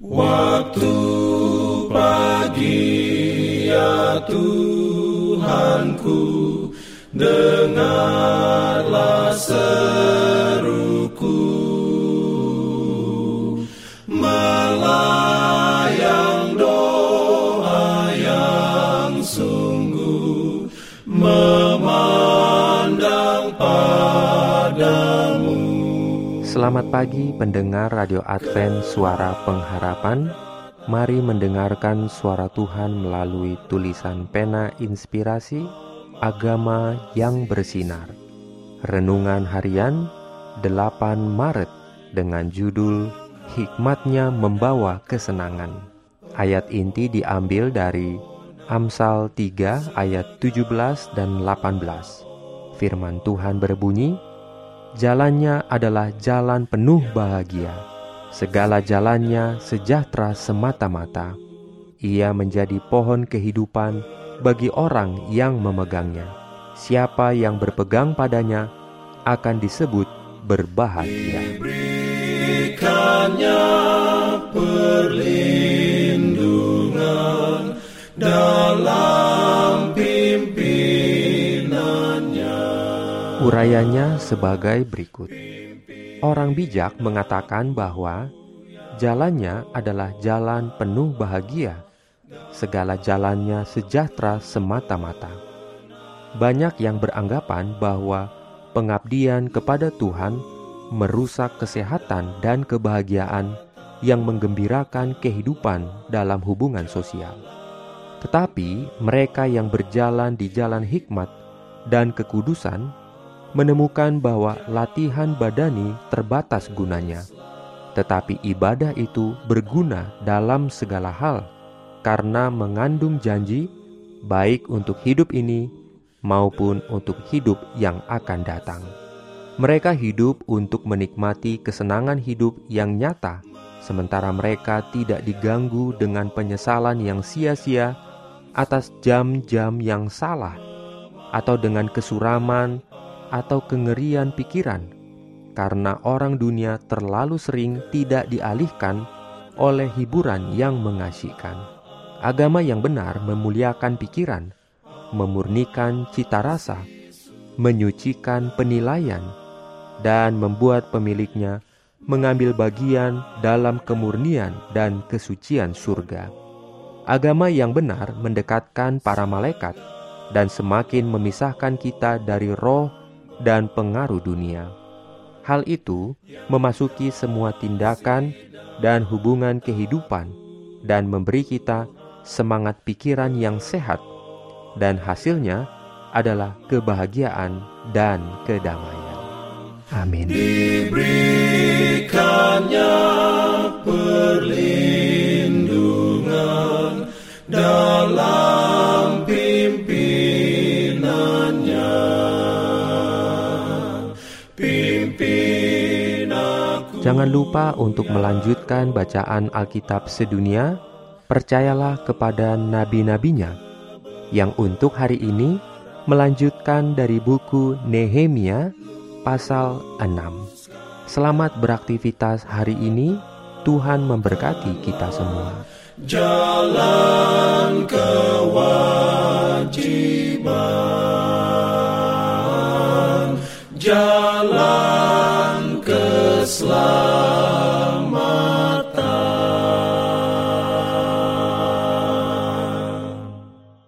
Waktu pagi ya Tuhanku, dengarlah seruku, melayang doa yang sungguh, memandang padamu. Selamat pagi pendengar Radio Advent Suara Pengharapan. Mari mendengarkan suara Tuhan melalui tulisan pena inspirasi Agama yang Bersinar. Renungan harian 8 Maret dengan judul Hikmatnya Membawa Kesenangan. Ayat inti diambil dari Amsal 3 ayat 17 dan 18. Firman Tuhan berbunyi, jalannya adalah jalan penuh bahagia, segala jalannya sejahtera semata-mata. Ia menjadi pohon kehidupan bagi orang yang memegangnya. Siapa yang berpegang padanya akan disebut berbahagia. Diberikannya perlindungan dalam pimpinannya. Urayanya sebagai berikut. Orang bijak mengatakan bahwa jalannya adalah jalan penuh bahagia, segala jalannya sejahtera semata-mata. Banyak yang beranggapan bahwa pengabdian kepada Tuhan merusak kesehatan dan kebahagiaan yang menggembirakan kehidupan dalam hubungan sosial. Tetapi mereka yang berjalan di jalan hikmat dan kekudusan menemukan bahwa latihan badani terbatas gunanya, tetapi ibadah itu berguna dalam segala hal karena mengandung janji baik untuk hidup ini maupun untuk hidup yang akan datang. Mereka hidup untuk menikmati kesenangan hidup yang nyata, sementara mereka tidak diganggu dengan penyesalan yang sia-sia atas jam-jam yang salah, atau dengan kesuraman atau kengerian pikiran, karena orang dunia terlalu sering tidak dialihkan oleh hiburan yang mengasyikkan. Agama yang benar memuliakan pikiran, memurnikan cita rasa, menyucikan penilaian, dan membuat pemiliknya mengambil bagian dalam kemurnian dan kesucian surga. Agama yang benar mendekatkan para malaikat dan semakin memisahkan kita dari roh dan pengaruh dunia. Hal itu memasuki semua tindakan dan hubungan kehidupan dan memberi kita semangat pikiran yang sehat, dan hasilnya adalah kebahagiaan dan kedamaian. Amin. Diberikannya perlindungan dalam pimpinannya. Jangan lupa untuk melanjutkan bacaan Alkitab sedunia. Percayalah kepada nabi-nabinya, yang untuk hari ini melanjutkan dari buku Nehemia pasal 6. Selamat beraktivitas hari ini. Tuhan memberkati kita semua. Jalan kewajiban